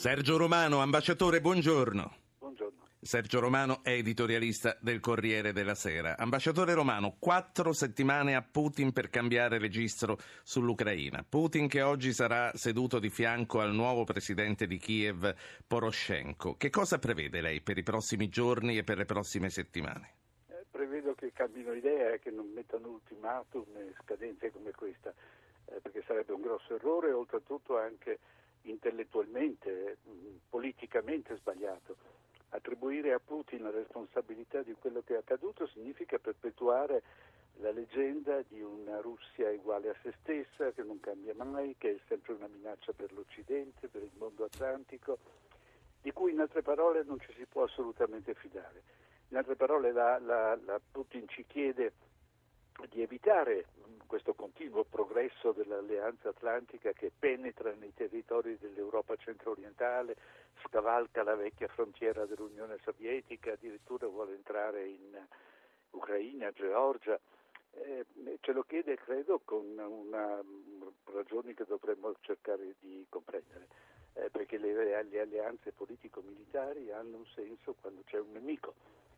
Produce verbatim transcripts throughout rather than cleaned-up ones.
Sergio Romano, ambasciatore, buongiorno. Buongiorno. Sergio Romano è editorialista del Corriere della Sera. Ambasciatore Romano, quattro settimane a Putin per cambiare registro sull'Ucraina. Putin che oggi sarà seduto di fianco al nuovo presidente di Kiev, Poroshenko. Che cosa prevede lei per i prossimi giorni e per le prossime settimane? Eh, prevedo che cambino idea e che non mettano ultimatum e scadenze come questa, eh, perché sarebbe un grosso errore e oltretutto anche intellettualmente, mh, politicamente sbagliato. Attribuire a Putin la responsabilità di quello che è accaduto significa perpetuare la leggenda di una Russia uguale a se stessa, che non cambia mai, che è sempre una minaccia per l'Occidente, per il mondo atlantico, di cui in altre parole non ci si può assolutamente fidare. In altre parole la, la, la Putin ci chiede di evitare questo continuo progresso dell'alleanza atlantica che penetra nei territori dell'Europa centro-orientale, scavalca la vecchia frontiera dell'Unione Sovietica, addirittura vuole entrare in Ucraina, Georgia. Eh, ce lo chiede, credo, con una ragioni che dovremmo cercare di comprendere, eh, perché le, le alleanze politico-militari hanno un senso quando c'è un nemico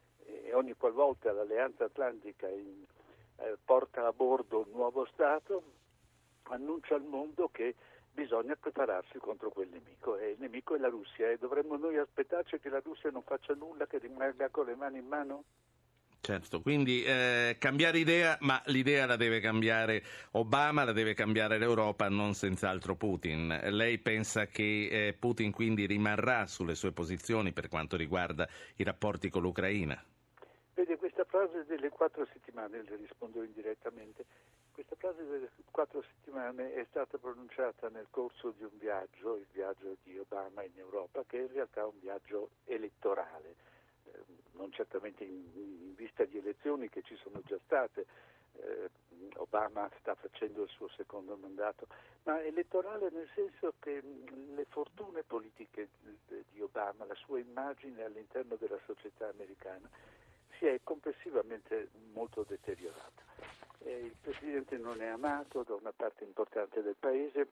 e ogni qualvolta l'alleanza atlantica in Eh, porta a bordo un nuovo Stato, annuncia al mondo che bisogna prepararsi contro quel nemico e il nemico è la Russia e dovremmo noi aspettarci che la Russia non faccia nulla, che rimanga con le mani in mano? Certo, quindi eh, cambiare idea, ma l'idea la deve cambiare Obama, la deve cambiare l'Europa, non senz'altro Putin. Lei pensa che eh, Putin quindi rimarrà sulle sue posizioni per quanto riguarda i rapporti con l'Ucraina? Vede, questa frase delle quattro settimane, le rispondo indirettamente, questa frase delle quattro settimane è stata pronunciata nel corso di un viaggio, il viaggio di Obama in Europa, che è in realtà un viaggio elettorale, eh, non certamente in, in vista di elezioni che ci sono già state, eh, Obama sta facendo il suo secondo mandato, ma elettorale nel senso che mh, le fortune politiche di, di Obama, la sua immagine all'interno della società americana, si è complessivamente molto deteriorata. Eh, il Presidente non è amato da una parte importante del Paese,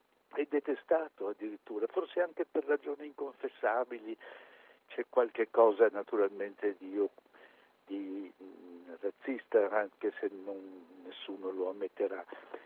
è detestato addirittura, forse anche per ragioni inconfessabili, c'è qualche cosa naturalmente di, di mh, razzista, anche se non, nessuno lo ammetterà.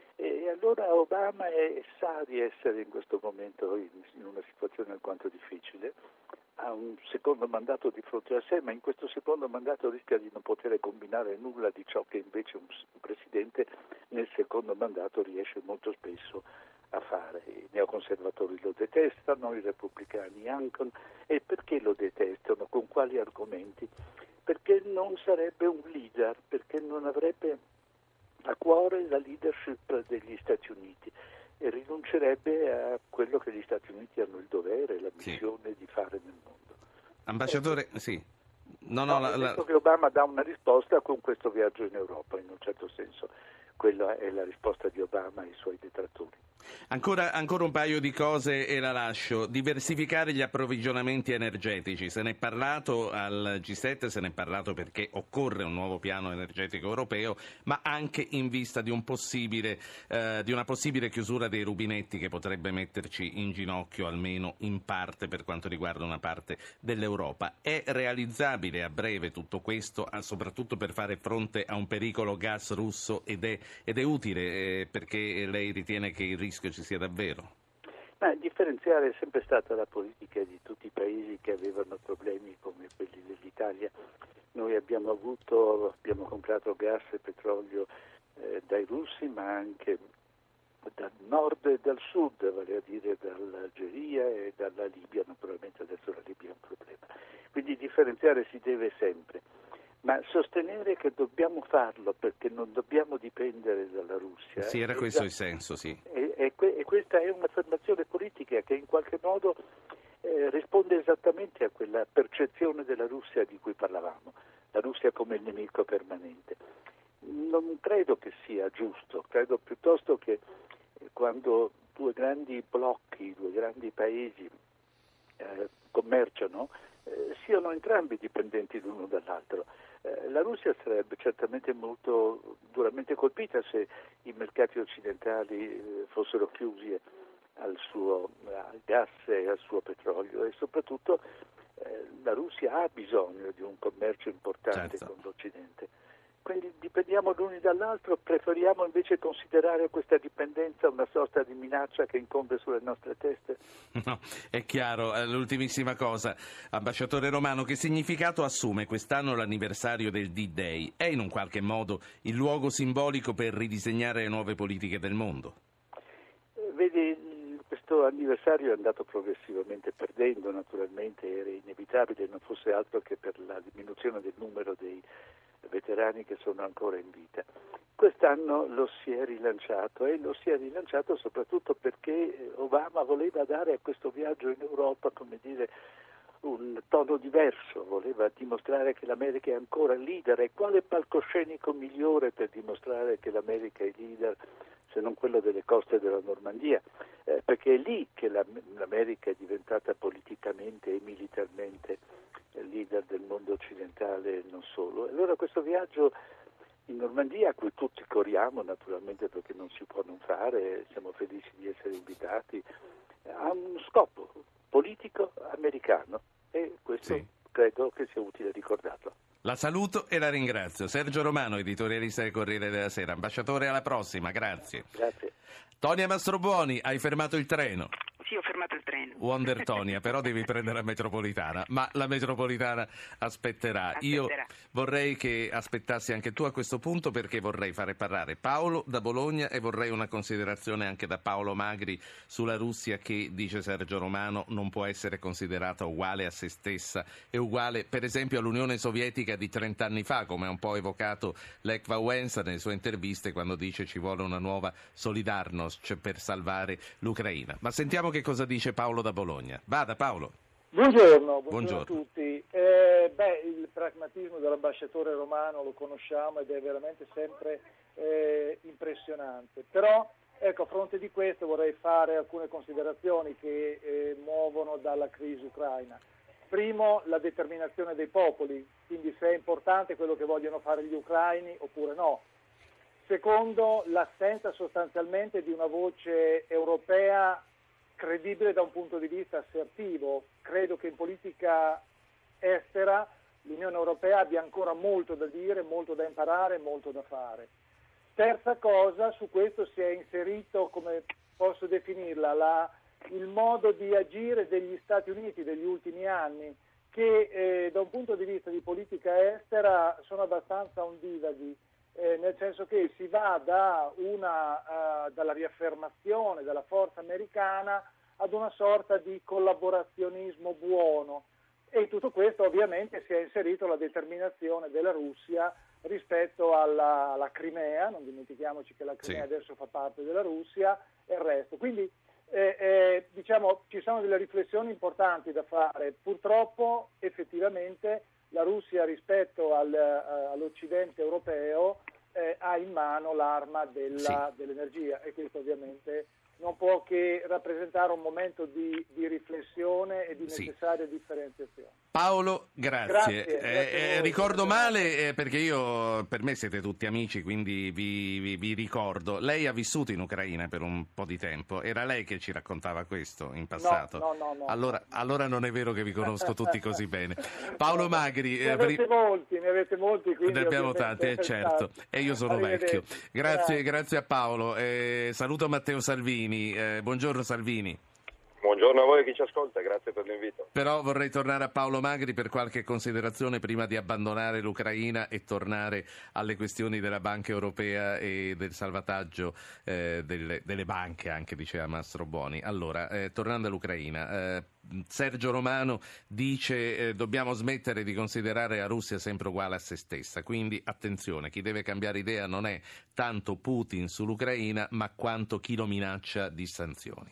E allora Obama è, sa di essere in questo momento in, in una situazione alquanto difficile, ha un secondo mandato di fronte a sé, ma in questo secondo mandato rischia di non poter combinare nulla di ciò che invece un presidente nel secondo mandato riesce molto spesso a fare. I neoconservatori lo detestano, i repubblicani anche. E perché lo detestano? Con quali argomenti? Perché non sarebbe un leader, perché non avrebbe a cuore la leadership degli Stati Uniti e rinuncerebbe a quello che gli Stati Uniti hanno il dovere, la missione sì. di fare nel mondo. Ambasciatore, ecco. sì. No, no, no, la, la... che Obama dà una risposta con questo viaggio in Europa, in un certo senso. Quella è la risposta di Obama ai suoi detrattori. Ancora, ancora un paio di cose e la lascio. Diversificare gli approvvigionamenti energetici. Se ne è parlato al G sette, se ne è parlato perché occorre un nuovo piano energetico europeo, ma anche in vista di, un possibile, eh, di una possibile chiusura dei rubinetti che potrebbe metterci in ginocchio, almeno in parte, per quanto riguarda una parte dell'Europa. È realizzabile a breve tutto questo, soprattutto per fare fronte a un pericolo gas russo ed è, ed è utile eh, perché lei ritiene che il rischio ci sia davvero? Ma differenziare è sempre stata la politica di tutti i paesi che avevano problemi come quelli dell'Italia. Noi abbiamo avuto, abbiamo comprato gas e petrolio eh, dai russi, ma anche dal nord e dal sud, vale a dire dall'Algeria e dalla Libia. Naturalmente adesso la Libia è un problema. Quindi differenziare si deve sempre. Ma sostenere che dobbiamo farlo perché non dobbiamo dipendere dalla Russia... Sì, era questo già, il senso, sì. E, e, e questa è un'affermazione politica che in qualche modo eh, risponde esattamente a quella percezione della Russia di cui parlavamo, la Russia come il nemico permanente. Non credo che sia giusto, credo piuttosto che eh, quando due grandi blocchi, due grandi paesi eh, commerciano, eh, siano entrambi dipendenti l'uno dall'altro. La Russia sarebbe certamente molto duramente colpita se i mercati occidentali fossero chiusi al suo, al gas e al suo petrolio, e soprattutto eh, la Russia ha bisogno di un commercio importante certo. con l'Occidente. Quindi dipendiamo l'uni dall'altro, preferiamo invece considerare questa dipendenza una sorta di minaccia che incombe sulle nostre teste? No, è chiaro. L'ultimissima cosa, ambasciatore Romano, che significato assume quest'anno l'anniversario del D-Day? È in un qualche modo il luogo simbolico per ridisegnare le nuove politiche del mondo? Eh, vedi, questo anniversario è andato progressivamente perdendo, naturalmente era inevitabile, non fosse altro che per la diminuzione del numero dei veterani che sono ancora in vita. Quest'anno lo si è rilanciato e lo si è rilanciato soprattutto perché Obama voleva dare a questo viaggio in Europa, come dire, un tono diverso, voleva dimostrare che l'America è ancora leader. E quale palcoscenico migliore per dimostrare che l'America è leader se non quello delle coste della Normandia, eh, perché è lì che la, l'America è diventata politicamente e militarmente leader del mondo occidentale e non solo. Allora questo viaggio in Normandia, a cui tutti corriamo naturalmente perché non si può non fare, siamo felici di essere invitati, ha un scopo politico americano e questo sì. Credo che sia utile ricordarlo. La saluto e la ringrazio. Sergio Romano, editorialista del Corriere della Sera. Ambasciatore, alla prossima, grazie. Grazie. Tonia Mastrobuoni, hai fermato il treno? Sì, ho fermato il treno. Wonder Tonia, però devi prendere la metropolitana, ma la metropolitana aspetterà. aspetterà. Io vorrei che aspettassi anche tu a questo punto, perché vorrei fare parlare Paolo da Bologna e vorrei una considerazione anche da Paolo Magri sulla Russia che, dice Sergio Romano, non può essere considerata uguale a se stessa e uguale per esempio all'Unione Sovietica di trent'anni fa, come ha un po' evocato Lech Wałęsa nelle sue interviste quando dice ci vuole una nuova Solidarnosc per salvare l'Ucraina. Ma sentiamo che cosa dice Paolo da Bologna. Vada Paolo. Buongiorno, buongiorno, buongiorno. a tutti. Eh, beh, il pragmatismo dell'ambasciatore Romano lo conosciamo ed è veramente sempre eh, impressionante. Però, ecco, a fronte di questo vorrei fare alcune considerazioni che eh, muovono dalla crisi ucraina. Primo, la determinazione dei popoli, quindi se è importante quello che vogliono fare gli ucraini oppure no. Secondo, l'assenza sostanzialmente di una voce europea credibile da un punto di vista assertivo. Credo che in politica estera l'Unione Europea abbia ancora molto da dire, molto da imparare, molto da fare. Terza cosa, su questo si è inserito, come posso definirla, la, il modo di agire degli Stati Uniti degli ultimi anni, che eh, da un punto di vista di politica estera sono abbastanza ondivaghi. Eh, nel senso che si va da una, uh, dalla riaffermazione della forza americana ad una sorta di collaborazionismo buono, e tutto questo ovviamente si è inserito la determinazione della Russia rispetto alla, alla Crimea, non dimentichiamoci che la Crimea sì. adesso fa parte della Russia, e il resto. Quindi eh, eh, diciamo ci sono delle riflessioni importanti da fare. Purtroppo effettivamente la Russia rispetto al, uh, all'Occidente europeo eh, ha in mano l'arma della, sì. dell'energia, e questo ovviamente non può che rappresentare un momento di, di riflessione e di necessaria sì. differenziazione. Paolo, grazie. grazie, eh, grazie eh, ricordo male eh, perché io, per me siete tutti amici, quindi vi, vi, vi ricordo. Lei ha vissuto in Ucraina per un po' di tempo, era lei che ci raccontava questo in passato? No, no, no. no. Allora, allora non è vero che vi conosco tutti così bene. Paolo Magri. Ne avete eh, molti, ne avete molti. Quindi ne abbiamo tanti, eh, certo. E io sono vecchio. Grazie, grazie, grazie a Paolo. Eh, saluto Matteo Salvini. Eh, buongiorno Salvini. Buongiorno a voi che ci ascolta, grazie per l'invito. Però vorrei tornare a Paolo Magri per qualche considerazione prima di abbandonare l'Ucraina e tornare alle questioni della Banca Europea e del salvataggio eh, delle, delle banche, anche diceva Mastrobuoni. Allora, eh, tornando all'Ucraina, eh, Sergio Romano dice eh, dobbiamo smettere di considerare la Russia sempre uguale a se stessa, quindi attenzione, chi deve cambiare idea non è tanto Putin sull'Ucraina ma quanto chi lo minaccia di sanzioni.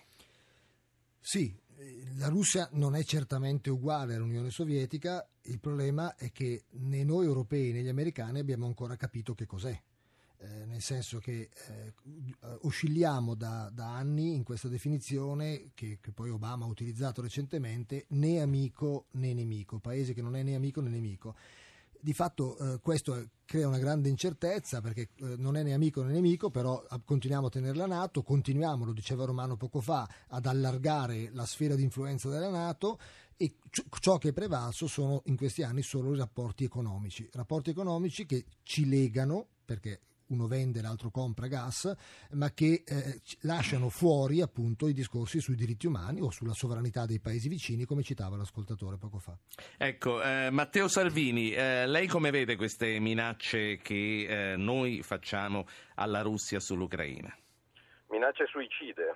Sì, la Russia non è certamente uguale all'Unione Sovietica, il problema è che né noi europei né gli americani abbiamo ancora capito che cos'è, eh, nel senso che eh, oscilliamo da, da anni in questa definizione che, che poi Obama ha utilizzato recentemente, né amico né nemico, paese che non è né amico né nemico. di fatto eh, questo crea una grande incertezza, perché eh, non è né amico né nemico, però eh, continuiamo a tenere la NATO, continuiamo, lo diceva Romano poco fa, ad allargare la sfera di influenza della NATO, e ciò che è prevalso sono in questi anni solo i rapporti economici, rapporti economici che ci legano, perché uno vende, l'altro compra gas, ma che eh, lasciano fuori appunto i discorsi sui diritti umani o sulla sovranità dei paesi vicini, come citava l'ascoltatore poco fa. Ecco, eh, Matteo Salvini, eh, lei come vede queste minacce che eh, noi facciamo alla Russia sull'Ucraina? Minacce suicide.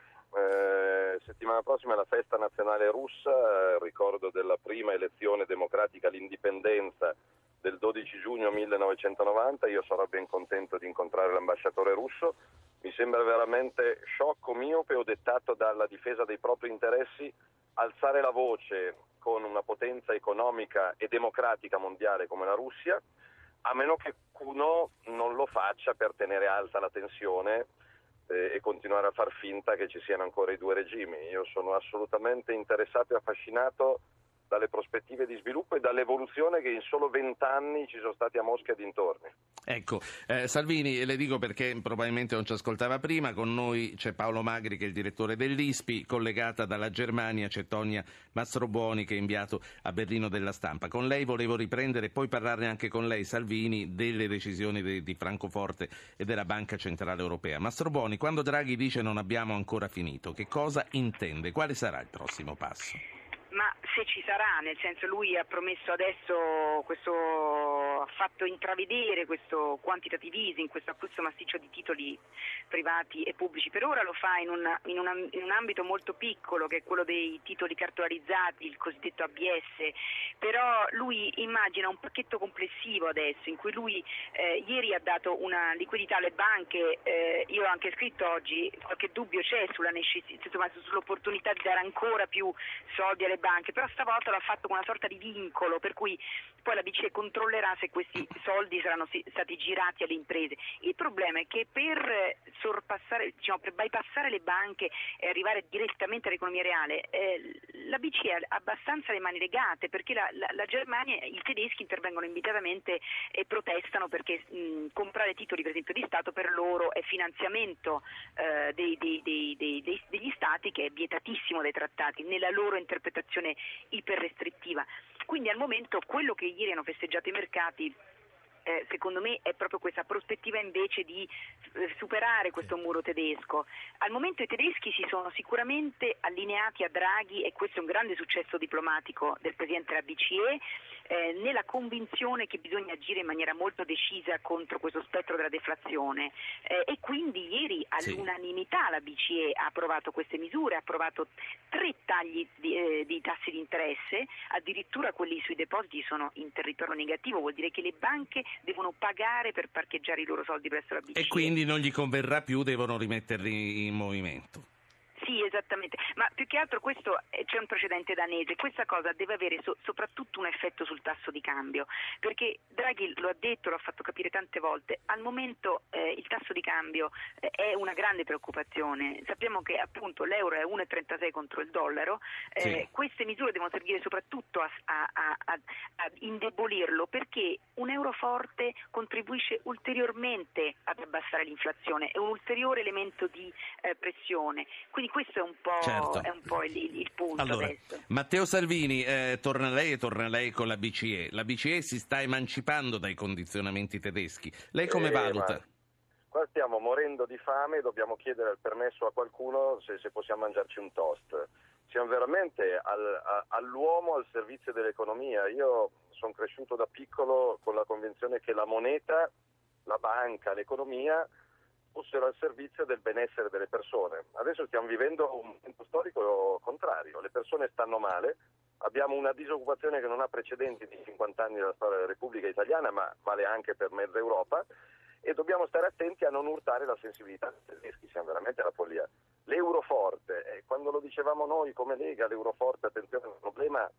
Eh, settimana prossima è la festa nazionale russa, eh, ricordo della prima elezione democratica all'indipendenza del dodici giugno millenovecentonovanta. Io sarò ben contento di incontrare l'ambasciatore russo. Mi sembra veramente sciocco, miope o dettato dalla difesa dei propri interessi alzare la voce con una potenza economica e democratica mondiale come la Russia, a meno che uno non lo faccia per tenere alta la tensione eh, e continuare a far finta che ci siano ancora i due regimi. Io sono assolutamente interessato e affascinato dalle prospettive di sviluppo e dall'evoluzione che in solo vent'anni ci sono stati a Mosca e dintorni. Ecco, eh, Salvini, le dico perché probabilmente non ci ascoltava prima, con noi c'è Paolo Magri che è il direttore dell'I S P I, collegata dalla Germania c'è Tonia Mastrobuoni che è inviato a Berlino della Stampa. Con lei volevo riprendere e poi parlarne anche con lei, Salvini, delle decisioni de- di Francoforte e della Banca Centrale Europea. Mastrobuoni, quando Draghi dice non abbiamo ancora finito, che cosa intende? Quale sarà il prossimo passo? Ma se ci sarà, nel senso, lui ha promesso adesso questo, ha fatto intravedere questo quantitative easing, questo acquisto massiccio di titoli privati e pubblici. Per ora lo fa in, una, in, una, in un ambito molto piccolo, che è quello dei titoli cartolarizzati, il cosiddetto A B S, però lui immagina un pacchetto complessivo adesso, in cui lui eh, ieri ha dato una liquidità alle banche. Eh, io ho anche scritto oggi, qualche dubbio c'è sulla necessità, sull'opportunità di dare ancora più soldi alle banche, però stavolta l'ha fatto con una sorta di vincolo, per cui poi la B C E controllerà se questi soldi saranno stati girati alle imprese. Il problema è che per sorpassare, diciamo, per bypassare le banche e arrivare direttamente all'economia reale, eh, la B C E ha abbastanza le mani legate, perché la, la, la Germania, i tedeschi intervengono immediatamente e protestano perché mh, comprare titoli per esempio di Stato per loro è finanziamento eh, dei, dei, dei, dei, degli Stati, che è vietatissimo dai trattati nella loro interpretazione iperrestrittiva. Quindi al momento quello che ieri hanno festeggiato i mercati, Eh, secondo me è proprio questa prospettiva invece di eh, superare questo muro tedesco. Al momento i tedeschi si sono sicuramente allineati a Draghi, e questo è un grande successo diplomatico del Presidente della B C E, eh, nella convinzione che bisogna agire in maniera molto decisa contro questo spettro della deflazione, eh, e quindi ieri all'unanimità la B C E ha approvato queste misure, ha approvato tre tagli di, eh, di tassi di interesse, addirittura quelli sui depositi sono in territorio negativo, vuol dire che le banche devono pagare per parcheggiare i loro soldi presso la B C E. E quindi non gli converrà più, devono rimetterli in movimento. Sì, esattamente, ma più che altro questo eh, c'è un precedente danese. Questa cosa deve avere so- soprattutto un effetto sul tasso di cambio, perché Draghi lo ha detto, lo ha fatto capire tante volte, al momento eh, il tasso di cambio eh, è una grande preoccupazione. Sappiamo che appunto l'euro è uno virgola trentasei contro il dollaro, eh, sì. Queste misure devono servire soprattutto a, a, a, a, a indebolirlo, perché un euro forte contribuisce ulteriormente ad abbassare l'inflazione, è un ulteriore elemento di eh, pressione. Quindi questo è un po', certo. è un po' il, il punto allora, adesso. Matteo Salvini, eh, torna lei e torna lei con la B C E. La B C E si sta emancipando dai condizionamenti tedeschi. Lei come eh, valuta? Ma... Qua stiamo morendo di fame e dobbiamo chiedere il permesso a qualcuno se, se possiamo mangiarci un toast. Siamo veramente al, a, all'uomo al servizio dell'economia. Io sono cresciuto da piccolo con la convinzione che la moneta, la banca, l'economia fossero al servizio del benessere delle persone. Adesso stiamo vivendo un momento storico contrario. Le persone stanno male, abbiamo una disoccupazione che non ha precedenti di cinquanta anni della storia della Repubblica Italiana, ma vale anche per mezza Europa, e dobbiamo stare attenti a non urtare la sensibilità dei tedeschi. Siamo veramente alla follia. L'euro forte, eh, quando lo dicevamo noi come Lega, l'euro forte, attenzione, il problema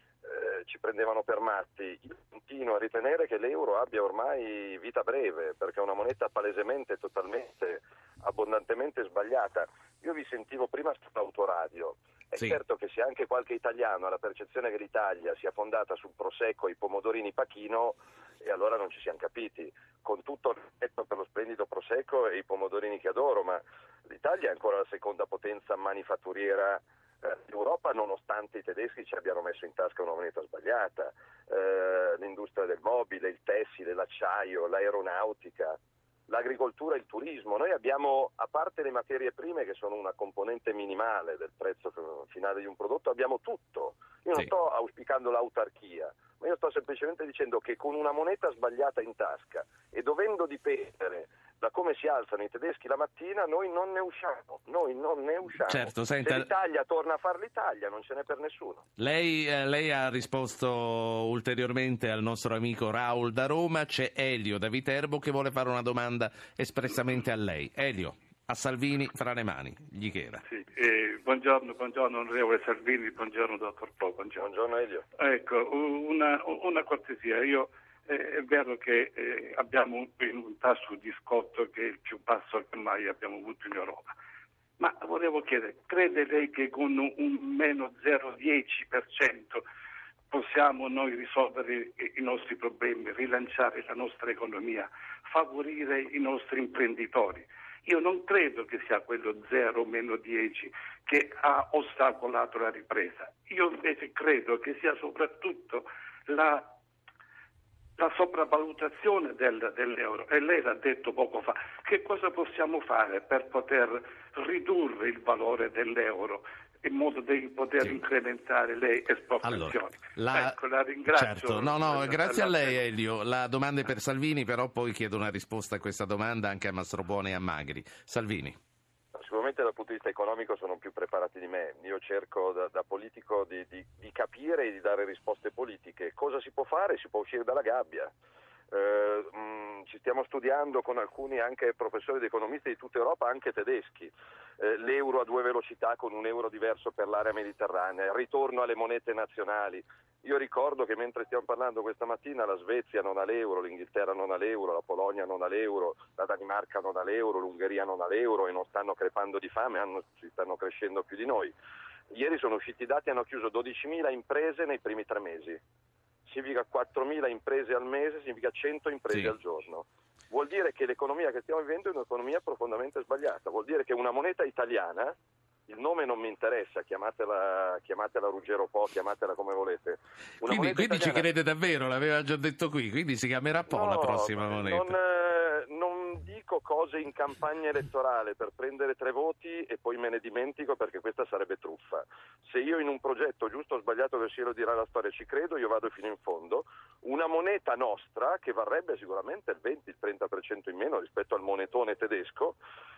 eh, ci prendevano per matti. Io continuo a ritenere che l'euro abbia ormai vita breve, perché è una moneta palesemente, totalmente, abbondantemente sbagliata. Io vi sentivo prima sull'autoradio. È sì. Certo che se anche qualche italiano ha la percezione che l'Italia sia fondata sul prosecco e i pomodorini Pachino, e allora non ci siamo capiti. Con tutto il rispetto per lo splendido Prosecco e i pomodorini che adoro, ma l'Italia è ancora la seconda potenza manifatturiera d'Europa, nonostante i tedeschi ci abbiano messo in tasca una moneta sbagliata. Eh, l'industria del mobile, il tessile, l'acciaio, l'aeronautica, l'agricoltura e il turismo. Noi abbiamo, a parte le materie prime che sono una componente minimale del prezzo finale di un prodotto, abbiamo tutto. Io non sì. sto auspicando l'autarchia, ma io sto semplicemente dicendo che con una moneta sbagliata in tasca e dovendo dipendere da come si alzano i tedeschi la mattina, noi non ne usciamo, noi non ne usciamo. Certo, senta... Se l'Italia torna a far l'Italia non ce n'è per nessuno. Lei, eh, lei ha risposto ulteriormente al nostro amico Raul da Roma. C'è Elio da Viterbo che vuole fare una domanda espressamente a lei. Elio, a Salvini fra le mani, gli chieda. Sì, eh, buongiorno, buongiorno onorevole Salvini, buongiorno dottor Po, buongiorno. Buongiorno Elio. Ecco, una, una cortesia, io eh, è vero che eh, abbiamo un, un tasso di scotto che è il più basso che mai abbiamo avuto in Europa, ma volevo chiedere, crede lei che con un meno zero virgola dieci per cento possiamo noi risolvere i nostri problemi, rilanciare la nostra economia, favorire i nostri imprenditori? Io non credo che sia quello zero meno dieci che ha ostacolato la ripresa. Io invece credo che sia soprattutto la, la sopravvalutazione del, dell'euro. E lei l'ha detto poco fa. Che cosa possiamo fare per poter ridurre il valore dell'euro in modo da poter sì. incrementare le esportazioni? Allora, la... Ecco, la ringrazio. Certo, no, no, grazie a lei Elio. La domanda è per Salvini, però poi chiedo una risposta a questa domanda anche a Mastrobuoni e a Magri. Salvini. Sicuramente dal punto di vista economico sono più preparati di me. Io cerco da, da politico di, di, di capire e di dare risposte politiche. Cosa si può fare? Si può uscire dalla gabbia. Eh, mh, ci stiamo studiando con alcuni anche professori ed economisti di tutta Europa, anche tedeschi, eh, l'euro a due velocità con un euro diverso per l'area mediterranea, il ritorno alle monete nazionali. Io ricordo che mentre stiamo parlando questa mattina la Svezia non ha l'euro, l'Inghilterra non ha l'euro, la Polonia non ha l'euro, la Danimarca non ha l'euro, l'Ungheria non ha l'euro e non stanno crepando di fame, hanno, ci stanno crescendo più di noi. Ieri sono usciti i dati, hanno chiuso dodicimila imprese nei primi tre mesi. Significa quattromila imprese al mese, significa cento imprese sì. al giorno. Vuol dire che l'economia che stiamo vivendo è un'economia profondamente sbagliata. Vuol dire che una moneta italiana, il nome non mi interessa, chiamatela, chiamatela Ruggero Po, chiamatela come volete. Una quindi quindi italiana... ci crede davvero, l'aveva già detto qui, quindi si chiamerà Po no, la prossima moneta. Non, eh, non dico cose in campagna elettorale per prendere tre voti e poi me ne dimentico, perché questa sarebbe truffa. Se io in un progetto, giusto o sbagliato che sia lo dirà la storia, ci credo, io vado fino in fondo. Una moneta nostra che varrebbe sicuramente il venti il trenta per cento in meno rispetto al monetone tedesco,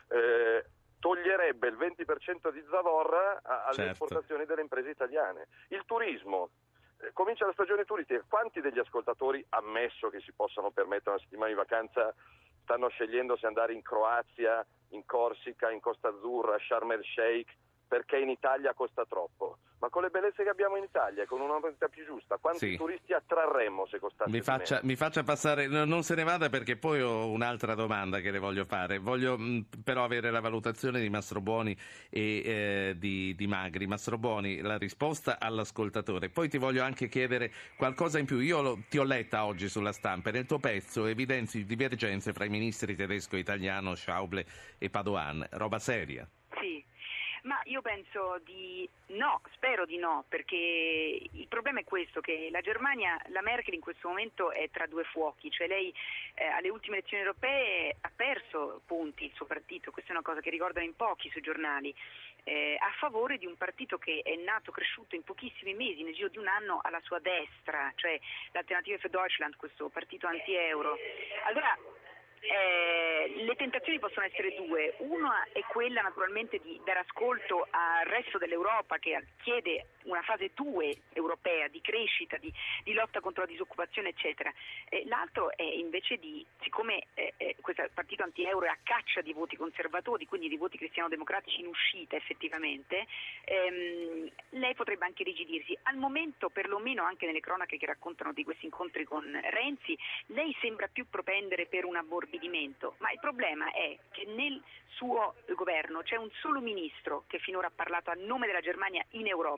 eh, toglierebbe il venti per cento di zavorra alle certo. esportazioni delle imprese italiane. Il turismo, eh, comincia la stagione turistica, quanti degli ascoltatori, ammesso che si possano permettere una settimana di vacanza, stanno scegliendo se andare in Croazia, in Corsica, in Costa Azzurra, Sharm el Sheikh, perché in Italia costa troppo? Ma con le bellezze che abbiamo in Italia, con una moneta più giusta, quanti sì. turisti attrarremmo se costasse mi faccia, mi faccia passare, no, non se ne vada, perché poi ho un'altra domanda che le voglio fare. Voglio mh, però avere la valutazione di Mastrobuoni e eh, di, di Magri. Mastrobuoni, la risposta all'ascoltatore. Poi ti voglio anche chiedere qualcosa in più. Io lo, ti ho letta oggi sulla stampa e nel tuo pezzo evidenzi divergenze fra i ministri tedesco e italiano Schäuble e Padoan. Roba seria. Sì. Ma io penso di no, spero di no, perché il problema è questo, che la Germania, la Merkel in questo momento è tra due fuochi, cioè lei eh, alle ultime elezioni europee ha perso punti il suo partito, questa è una cosa che ricordano in pochi sui giornali, eh, a favore di un partito che è nato, cresciuto in pochissimi mesi, nel giro di un anno, alla sua destra, cioè l'Alternative für Deutschland, questo partito anti-euro. Allora, Eh, le tentazioni possono essere due. Una è quella naturalmente di dare ascolto al resto dell'Europa che chiede una fase due europea di crescita, di, di lotta contro la disoccupazione eccetera. Eh, l'altro è invece di, siccome eh, eh, questo partito anti-euro è a caccia di voti conservatori, quindi di voti cristiano-democratici in uscita effettivamente, ehm, lei potrebbe anche rigidirsi. Al momento, perlomeno anche nelle cronache che raccontano di questi incontri con Renzi, lei sembra più propendere per un ammorbidimento, ma il problema è che nel suo governo c'è un solo ministro che finora ha parlato a nome della Germania in Europa.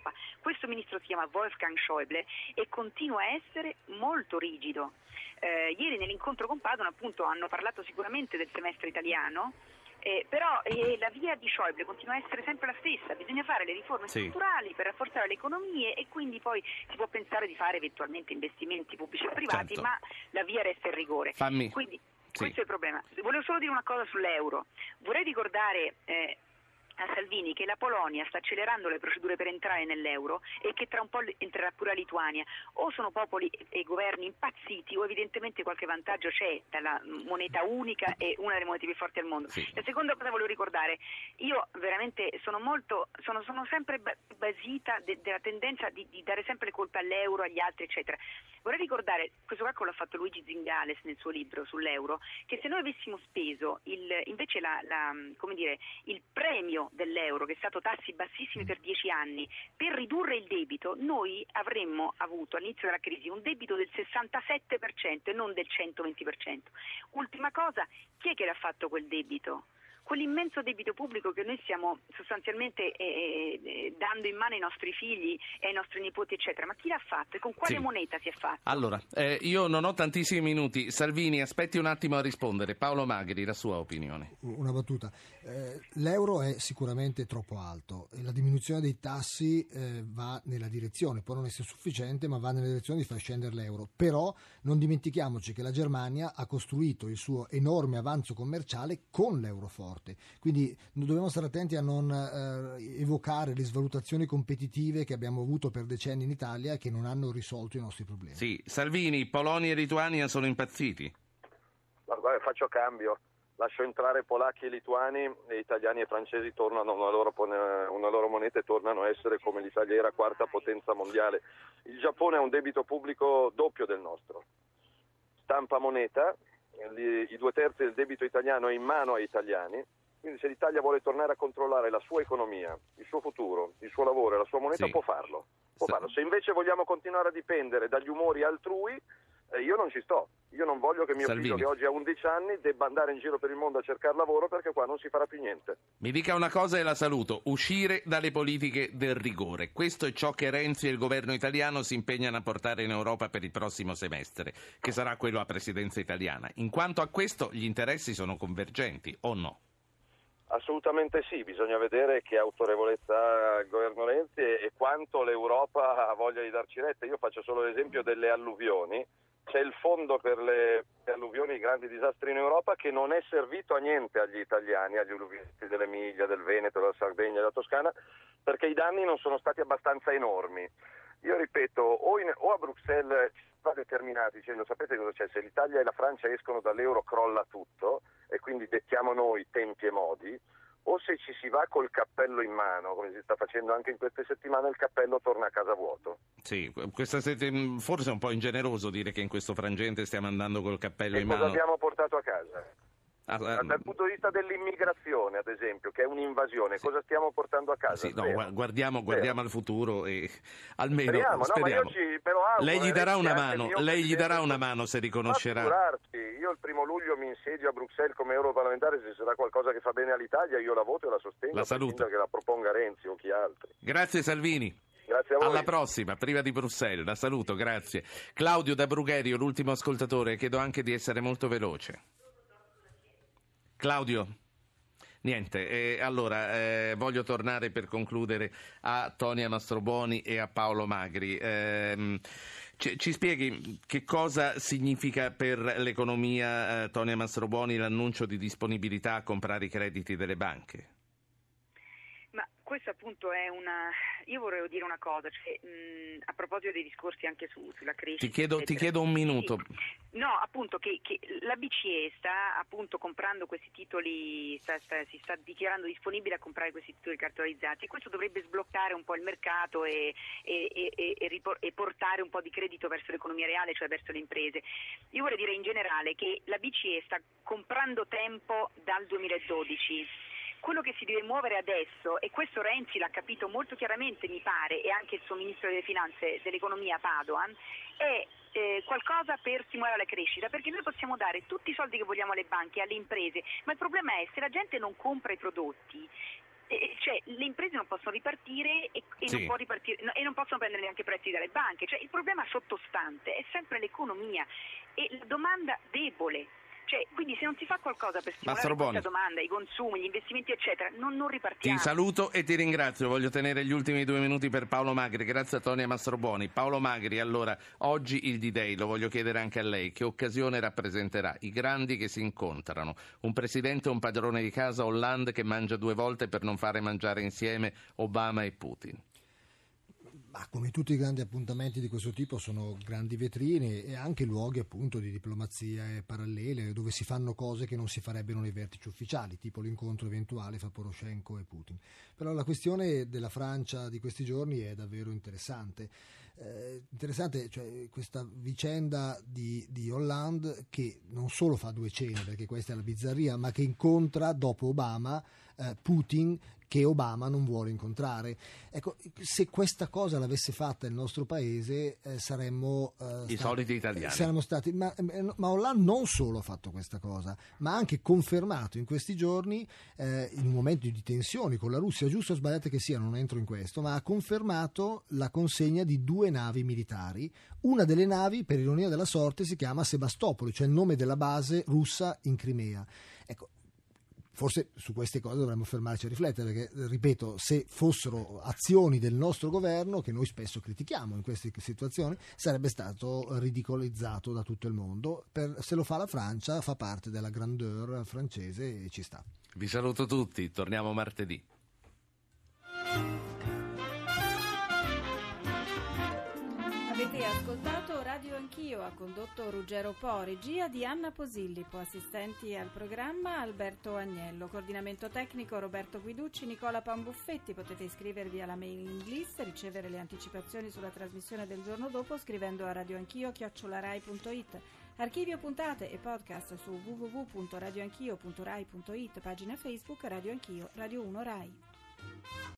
Questo ministro si chiama Wolfgang Schäuble e continua a essere molto rigido. Eh, ieri nell'incontro con Padoan appunto hanno parlato sicuramente del semestre italiano, eh, però eh, la via di Schäuble continua a essere sempre la stessa: bisogna fare le riforme sì. strutturali per rafforzare le economie e quindi poi si può pensare di fare eventualmente investimenti pubblici e privati, certo. ma la via resta il rigore. Fammi. Quindi Sì. questo è il problema. Volevo solo dire una cosa sull'euro. Vorrei ricordare eh, a Salvini che la Polonia sta accelerando le procedure per entrare nell'euro e che tra un po' entrerà pure la Lituania. O sono popoli e governi impazziti o evidentemente qualche vantaggio c'è dalla moneta unica e una delle monete più forti al mondo. Sì. La seconda cosa volevo ricordare: io veramente sono molto sono, sono sempre basita de, della tendenza di, di dare sempre le colpe all'euro, agli altri eccetera. Vorrei ricordare, questo calcolo l'ha fatto Luigi Zingales nel suo libro sull'euro, che se noi avessimo speso il, invece la, la, come dire, il premio dell'euro, che è stato tassi bassissimi per dieci anni, per ridurre il debito, noi avremmo avuto all'inizio della crisi un debito del sessantasette per cento e non del centoventi per cento. Ultima cosa, chi è che l'ha fatto quel debito? Quell'immenso debito pubblico che noi stiamo sostanzialmente eh, eh, dando in mano ai nostri figli e ai nostri nipoti eccetera, ma chi l'ha fatto e con quale sì. moneta si è fatto? Allora, eh, io non ho tantissimi minuti. Salvini, aspetti un attimo a rispondere. Paolo Magri, la sua opinione. Una battuta. Eh, l'euro è sicuramente troppo alto e la diminuzione dei tassi eh, va nella direzione, può non essere sufficiente, ma va nella direzione di far scendere l'euro. Però non dimentichiamoci che la Germania ha costruito il suo enorme avanzo commerciale con l'euro forte. Quindi dobbiamo stare attenti a non eh, evocare le svalutazioni competitive che abbiamo avuto per decenni in Italia e che non hanno risolto i nostri problemi. Sì, Salvini, Polonia e Lituania sono impazziti. Ma guarda, faccio cambio, lascio entrare polacchi e lituani e italiani e francesi tornano a una loro, una loro moneta e tornano a essere, come l'Italia era, quarta potenza mondiale. Il Giappone ha un debito pubblico doppio del nostro, stampa moneta. I due terzi del debito italiano è in mano ai italiani, quindi se l'Italia vuole tornare a controllare la sua economia, il suo futuro, il suo lavoro e la sua moneta, sì. può farlo. Può farlo. Se invece vogliamo continuare a dipendere dagli umori altrui, eh, io non ci sto. Io non voglio che mio Salvini. figlio, che oggi ha undici anni, debba andare in giro per il mondo a cercare lavoro, perché qua non si farà più niente. Mi dica una cosa e la saluto: uscire dalle politiche del rigore. Questo è ciò che Renzi e il governo italiano si impegnano a portare in Europa per il prossimo semestre, che sarà quello a presidenza italiana. In quanto a questo, gli interessi sono convergenti o no? Assolutamente sì, bisogna vedere che autorevolezza ha il governo Renzi e, e quanto l'Europa ha voglia di darci retta. Io faccio solo l'esempio delle alluvioni. C'è il fondo per le alluvioni, i grandi disastri in Europa, che non è servito a niente agli italiani, agli alluvionisti dell'Emilia, del Veneto, della Sardegna, della Toscana, perché i danni non sono stati abbastanza enormi. Io ripeto, o, in, o a Bruxelles ci si va determinati dicendo: sapete cosa c'è, se l'Italia e la Francia escono dall'euro crolla tutto e quindi dettiamo noi tempi e modi, o se ci si va col cappello in mano, come si sta facendo anche in queste settimane, il cappello torna a casa vuoto. Sì, questa sete, forse è un po' ingeneroso dire che in questo frangente stiamo andando col cappello e in cosa mano. abbiamo portato a casa? Ah, ah, Dal punto di vista dell'immigrazione, ad esempio, che è un'invasione, sì. Cosa stiamo portando a casa? Sì, no, guardiamo, guardiamo al futuro e almeno speriamo. speriamo. No, ma io ci, però auguro, lei gli darà una mano, lei gli darà una presidente, mano se riconoscerà. Assicurarsi. Io il primo luglio mi insedio a Bruxelles come europarlamentare, se sarà qualcosa che fa bene all'Italia io la voto e la sostengo, la saluto. Che la proponga Renzi o chi altri. Grazie Salvini. Grazie a voi. Alla prossima, prima di Bruxelles, la saluto, grazie. Claudio da Brugherio, l'ultimo ascoltatore, chiedo anche di essere molto veloce. Claudio? Niente, eh, allora eh, voglio tornare per concludere a Tonia Mastrobuoni e a Paolo Magri. Eh, ci, ci spieghi che cosa significa per l'economia, eh, Tonia Mastrobuoni, l'annuncio di disponibilità a comprare i crediti delle banche? Ma questo appunto è una... Io vorrei dire una cosa, cioè, mh, a proposito dei discorsi anche su, sulla crescita. Ti chiedo, ti chiedo un minuto. Sì. No, appunto che, che la B C E sta appunto comprando questi titoli, sta, sta, si sta dichiarando disponibile a comprare questi titoli cartolarizzati e questo dovrebbe sbloccare un po' il mercato e, e, e, e, ripor- e portare un po' di credito verso l'economia reale, cioè verso le imprese. Io vorrei dire in generale che la B C E sta comprando tempo dal duemiladodici. Quello che si deve muovere adesso, e questo Renzi l'ha capito molto chiaramente mi pare, e anche il suo ministro delle finanze dell'economia Padoan, è eh, qualcosa per stimolare la crescita, perché noi possiamo dare tutti i soldi che vogliamo alle banche e alle imprese, ma il problema è se la gente non compra i prodotti, Eh, cioè le imprese non possono ripartire e, e, sì. non può ripartire, no, e non possono prendere neanche prestiti dalle banche, cioè il problema sottostante è sempre l'economia e la domanda debole. Cioè, quindi se non si fa qualcosa per stimolare questa domanda, i consumi, gli investimenti eccetera, non, non ripartiamo. Ti saluto e ti ringrazio, voglio tenere gli ultimi due minuti per Paolo Magri, grazie a Tonia Mastrobuoni. Paolo Magri, allora, oggi il D-Day, lo voglio chiedere anche a lei, che occasione rappresenterà? I grandi che si incontrano, un presidente e un padrone di casa, Hollande, che mangia due volte per non fare mangiare insieme Obama e Putin. Ma come tutti i grandi appuntamenti di questo tipo sono grandi vetrine e anche luoghi appunto di diplomazia parallele dove si fanno cose che non si farebbero nei vertici ufficiali, tipo l'incontro eventuale fra Poroshenko e Putin. Però la questione della Francia di questi giorni è davvero interessante. Eh, interessante, cioè, questa vicenda di, di Hollande che non solo fa due cene, perché questa è la bizzarria, ma che incontra dopo Obama eh, Putin, che Obama non vuole incontrare. Ecco, se questa cosa l'avesse fatta il nostro paese eh, saremmo eh, i stati, soliti italiani. Saremmo stati, ma, ma Hollande non solo ha fatto questa cosa, ma ha anche confermato in questi giorni, eh, in un momento di tensioni con la Russia, giusto o sbagliate che sia, non entro in questo, ma ha confermato la consegna di due navi militari. Una delle navi, per ironia della sorte, si chiama Sebastopoli, cioè il nome della base russa in Crimea. Ecco, forse su queste cose dovremmo fermarci a riflettere, perché, ripeto, se fossero azioni del nostro governo, che noi spesso critichiamo in queste situazioni, sarebbe stato ridicolizzato da tutto il mondo. Per, se lo fa la Francia, fa parte della grandeur francese e ci sta. Vi saluto tutti, torniamo martedì. Avete ascoltato Radio Anch'io, ha condotto Ruggero Po, regia di Anna Posillipo, assistenti al programma Alberto Agnello, coordinamento tecnico Roberto Guiducci, Nicola Pambuffetti. Potete iscrivervi alla mailing list, ricevere le anticipazioni sulla trasmissione del giorno dopo scrivendo a radioanchio chiocciola rai punto it. Archivio puntate e podcast su w w w punto radioanchio punto rai punto it, pagina Facebook Radio Anch'io, Radio uno Rai.